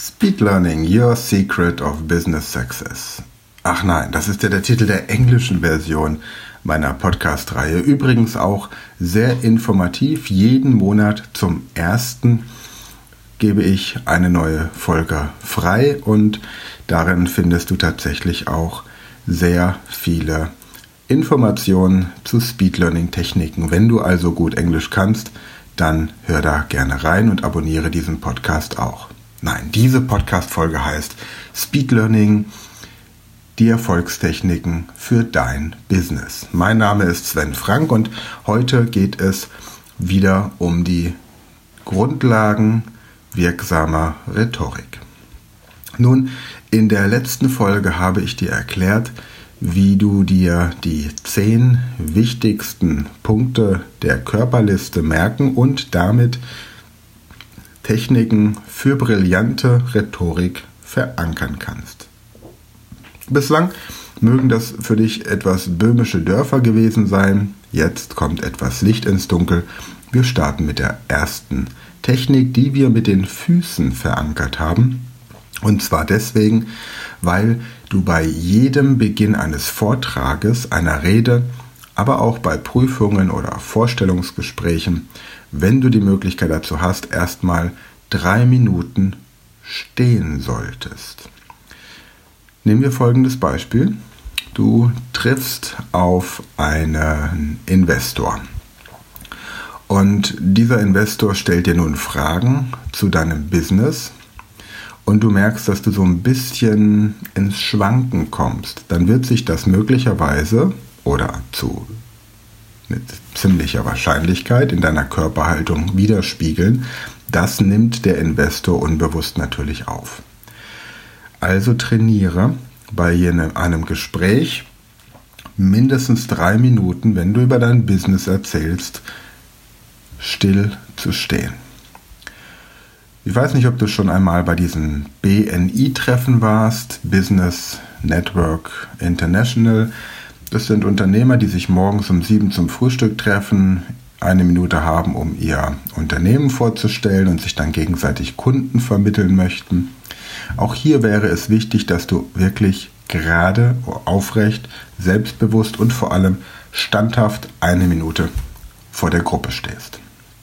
Speed Learning, Your Secret of Business Success. Ach nein, das ist ja der Titel der englischen Version meiner Podcast-Reihe. Übrigens auch sehr informativ. Jeden Monat zum 1. gebe ich eine neue Folge frei und darin findest du tatsächlich auch sehr viele Informationen zu Speed Learning Techniken. Wenn du also gut Englisch kannst, dann hör da gerne rein und abonniere diesen Podcast auch. Nein, diese Podcast-Folge heißt Speed Learning, die Erfolgstechniken für dein Business. Mein Name ist Sven Frank und heute geht es wieder um die Grundlagen wirksamer Rhetorik. Nun, in der letzten Folge habe ich dir erklärt, wie du dir die 10 wichtigsten Punkte der Körperliste merken und damit Techniken für brillante Rhetorik verankern kannst. Bislang mögen das für dich etwas böhmische Dörfer gewesen sein. Jetzt kommt etwas Licht ins Dunkel. Wir starten mit der ersten Technik, die wir mit den Füßen verankert haben. Und zwar deswegen, weil du bei jedem Beginn eines Vortrages, einer Rede, aber auch bei Prüfungen oder Vorstellungsgesprächen, wenn du die Möglichkeit dazu hast, erstmal 3 Minuten stehen solltest. Nehmen wir folgendes Beispiel. Du triffst auf einen Investor. Und dieser Investor stellt dir nun Fragen zu deinem Business und du merkst, dass du so ein bisschen ins Schwanken kommst. Dann wird sich das möglicherweise oder mit ziemlicher Wahrscheinlichkeit in deiner Körperhaltung widerspiegeln. Das nimmt der Investor unbewusst natürlich auf. Also trainiere bei einem Gespräch mindestens 3 Minuten, wenn du über dein Business erzählst, still zu stehen. Ich weiß nicht, ob du schon einmal bei diesen BNI-Treffen warst, Business Network International. Das sind Unternehmer, die sich morgens um 7 zum Frühstück treffen, 1 Minute haben, um ihr Unternehmen vorzustellen und sich dann gegenseitig Kunden vermitteln möchten. Auch hier wäre es wichtig, dass du wirklich gerade, aufrecht, selbstbewusst und vor allem standhaft 1 Minute vor der Gruppe stehst.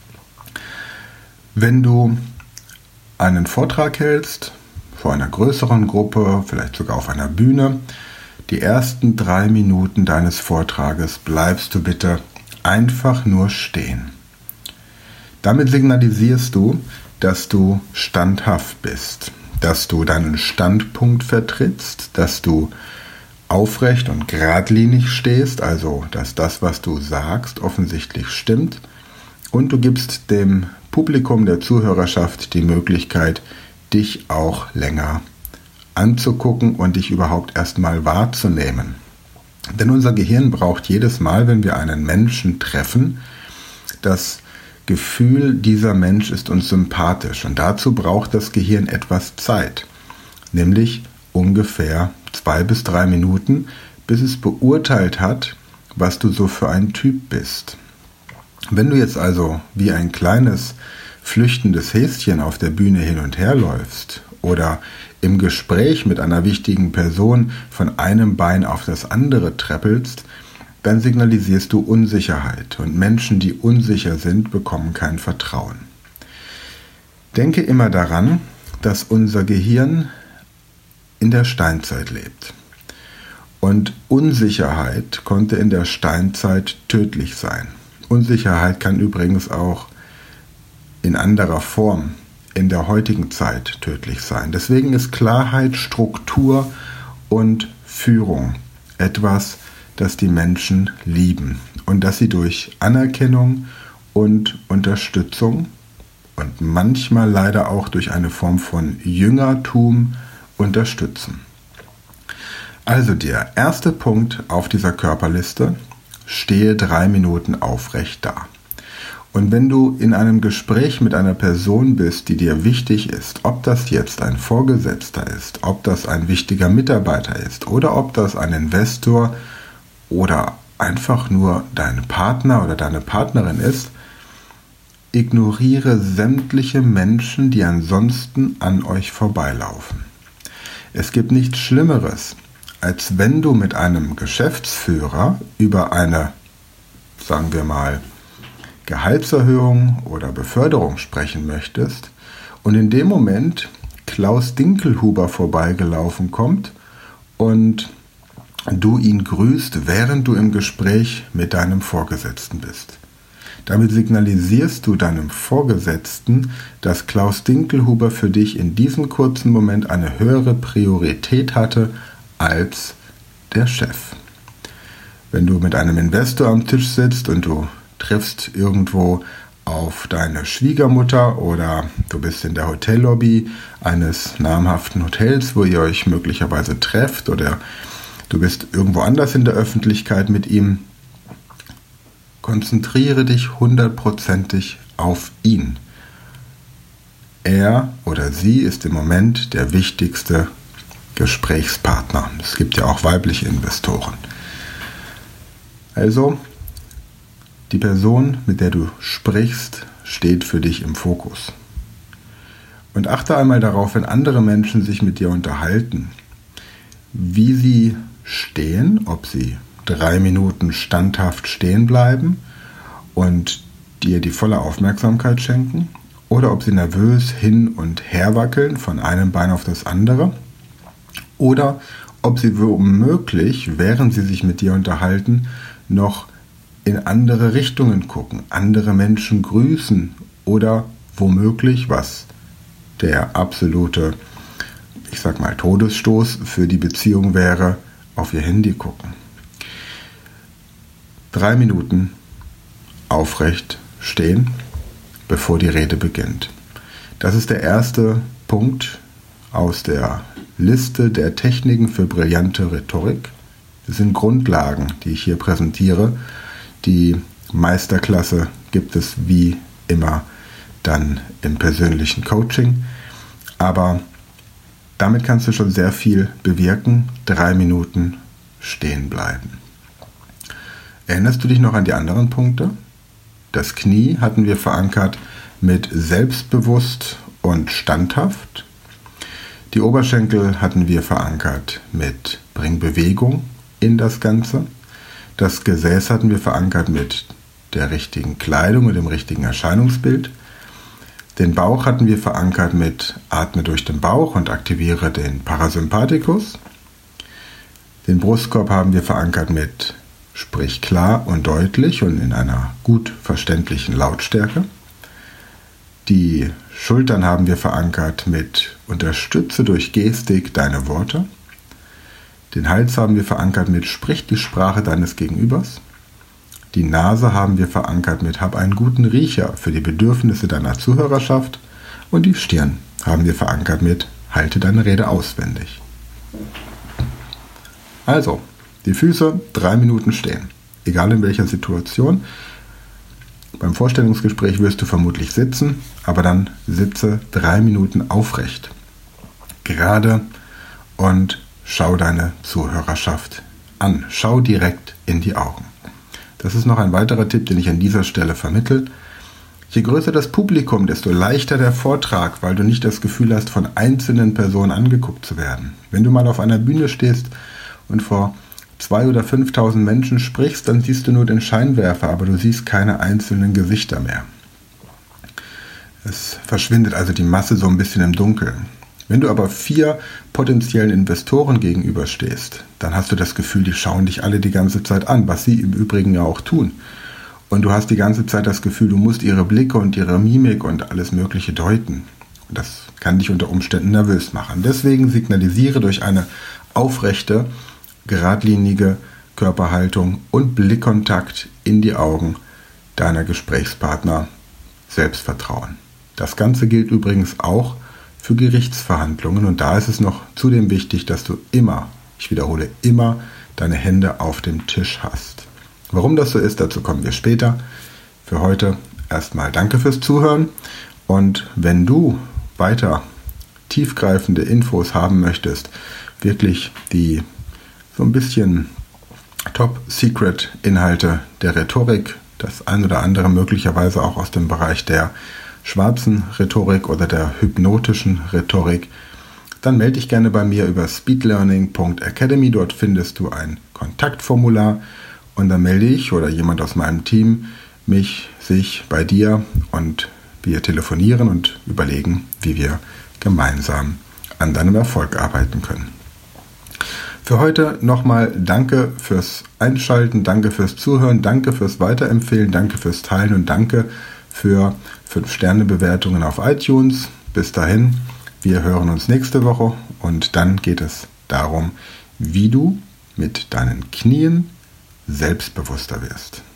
Wenn du einen Vortrag hältst, vor einer größeren Gruppe, vielleicht sogar auf einer Bühne, die ersten 3 Minuten deines Vortrages bleibst du bitte einfach nur stehen. Damit signalisierst du, dass du standhaft bist, dass du deinen Standpunkt vertrittst, dass du aufrecht und geradlinig stehst, also dass das, was du sagst, offensichtlich stimmt, und du gibst dem Publikum der Zuhörerschaft die Möglichkeit, dich auch länger anzugucken und dich überhaupt erstmal wahrzunehmen. Denn unser Gehirn braucht jedes Mal, wenn wir einen Menschen treffen, das Gefühl, dieser Mensch ist uns sympathisch. Und dazu braucht das Gehirn etwas Zeit, nämlich ungefähr 2 bis 3 Minuten, bis es beurteilt hat, was du so für ein Typ bist. Wenn du jetzt also wie ein kleines, flüchtendes Häschen auf der Bühne hin und her läufst oder im Gespräch mit einer wichtigen Person von einem Bein auf das andere treppelst, dann signalisierst du Unsicherheit und Menschen, die unsicher sind, bekommen kein Vertrauen. Denke immer daran, dass unser Gehirn in der Steinzeit lebt. Und Unsicherheit konnte in der Steinzeit tödlich sein. Unsicherheit kann übrigens auch in anderer Form in der heutigen Zeit tödlich sein. Deswegen ist Klarheit, Struktur und Führung etwas, das die Menschen lieben und das sie durch Anerkennung und Unterstützung und manchmal leider auch durch eine Form von Jüngertum unterstützen. Also der erste Punkt auf dieser Körperliste: stehe 3 Minuten aufrecht da. Und wenn du in einem Gespräch mit einer Person bist, die dir wichtig ist, ob das jetzt ein Vorgesetzter ist, ob das ein wichtiger Mitarbeiter ist oder ob das ein Investor oder einfach nur dein Partner oder deine Partnerin ist, Ignoriere sämtliche Menschen, die ansonsten an euch vorbeilaufen. Es gibt nichts Schlimmeres, als wenn du mit einem Geschäftsführer über eine, sagen wir mal, Gehaltserhöhung oder Beförderung sprechen möchtest und in dem Moment Klaus Dinkelhuber vorbeigelaufen kommt und du ihn grüßt, während du im Gespräch mit deinem Vorgesetzten bist. Damit signalisierst du deinem Vorgesetzten, dass Klaus Dinkelhuber für dich in diesem kurzen Moment eine höhere Priorität hatte als der Chef. Wenn du mit einem Investor am Tisch sitzt und du triffst irgendwo auf deine Schwiegermutter oder du bist in der Hotellobby eines namhaften Hotels, wo ihr euch möglicherweise trefft, oder du bist irgendwo anders in der Öffentlichkeit mit ihm, konzentriere dich 100%ig auf ihn. Er oder sie ist im Moment der wichtigste Gesprächspartner. Es gibt ja auch weibliche Investoren. Also, die Person, mit der du sprichst, steht für dich im Fokus. Und achte einmal darauf, wenn andere Menschen sich mit dir unterhalten, wie sie stehen, ob sie 3 Minuten standhaft stehen bleiben und dir die volle Aufmerksamkeit schenken, oder ob sie nervös hin und her wackeln von einem Bein auf das andere, oder ob sie womöglich, während sie sich mit dir unterhalten, noch in andere Richtungen gucken, andere Menschen grüßen oder womöglich, was der absolute, ich sag mal, Todesstoß für die Beziehung wäre, auf ihr Handy gucken. 3 Minuten aufrecht stehen, bevor die Rede beginnt. Das ist der erste Punkt aus der Liste der Techniken für brillante Rhetorik. Das sind Grundlagen, die ich hier präsentiere. Die Meisterklasse gibt es wie immer dann im persönlichen Coaching. Aber damit kannst du schon sehr viel bewirken. 3 Minuten stehen bleiben. Erinnerst du dich noch an die anderen Punkte? Das Knie hatten wir verankert mit selbstbewusst und standhaft. Die Oberschenkel hatten wir verankert mit bring Bewegung in das Ganze. Das Gesäß hatten wir verankert mit der richtigen Kleidung und dem richtigen Erscheinungsbild. Den Bauch hatten wir verankert mit atme durch den Bauch und aktiviere den Parasympathikus. Den Brustkorb haben wir verankert mit sprich klar und deutlich und in einer gut verständlichen Lautstärke. Die Schultern haben wir verankert mit unterstütze durch Gestik deine Worte. Den Hals haben wir verankert mit sprich die Sprache deines Gegenübers. Die Nase haben wir verankert mit hab einen guten Riecher für die Bedürfnisse deiner Zuhörerschaft. Und die Stirn haben wir verankert mit halte deine Rede auswendig. Also, die Füße 3 Minuten stehen, egal in welcher Situation. Beim Vorstellungsgespräch wirst du vermutlich sitzen, aber dann sitze 3 Minuten aufrecht, gerade, und schau deine Zuhörerschaft an. Schau direkt in die Augen. Das ist noch ein weiterer Tipp, den ich an dieser Stelle vermittle. Je größer das Publikum, desto leichter der Vortrag, weil du nicht das Gefühl hast, von einzelnen Personen angeguckt zu werden. Wenn du mal auf einer Bühne stehst und vor 2.000 oder 5.000 Menschen sprichst, dann siehst du nur den Scheinwerfer, aber du siehst keine einzelnen Gesichter mehr. Es verschwindet also die Masse so ein bisschen im Dunkeln. Wenn du aber 4 potenziellen Investoren gegenüberstehst, dann hast du das Gefühl, die schauen dich alle die ganze Zeit an, was sie im Übrigen ja auch tun. Und du hast die ganze Zeit das Gefühl, du musst ihre Blicke und ihre Mimik und alles Mögliche deuten. Und das kann dich unter Umständen nervös machen. Deswegen signalisiere durch eine aufrechte, geradlinige Körperhaltung und Blickkontakt in die Augen deiner Gesprächspartner Selbstvertrauen. Das Ganze gilt übrigens auch für Gerichtsverhandlungen und da ist es noch zudem wichtig, dass du immer, ich wiederhole, immer deine Hände auf dem Tisch hast. Warum das so ist, dazu kommen wir später. Für heute erstmal danke fürs Zuhören und wenn du weiter tiefgreifende Infos haben möchtest, wirklich die so ein bisschen Top-Secret-Inhalte der Rhetorik, das ein oder andere möglicherweise auch aus dem Bereich der schwarzen Rhetorik oder der hypnotischen Rhetorik, dann melde dich gerne bei mir über speedlearning.academy. Dort findest du ein Kontaktformular und dann melde ich oder jemand aus meinem Team sich bei dir und wir telefonieren und überlegen, wie wir gemeinsam an deinem Erfolg arbeiten können. Für heute nochmal danke fürs Einschalten, danke fürs Zuhören, danke fürs Weiterempfehlen, danke fürs Teilen und danke für 5-Sterne-Bewertungen auf iTunes. Bis dahin, wir hören uns nächste Woche und dann geht es darum, wie du mit deinen Knien selbstbewusster wirst.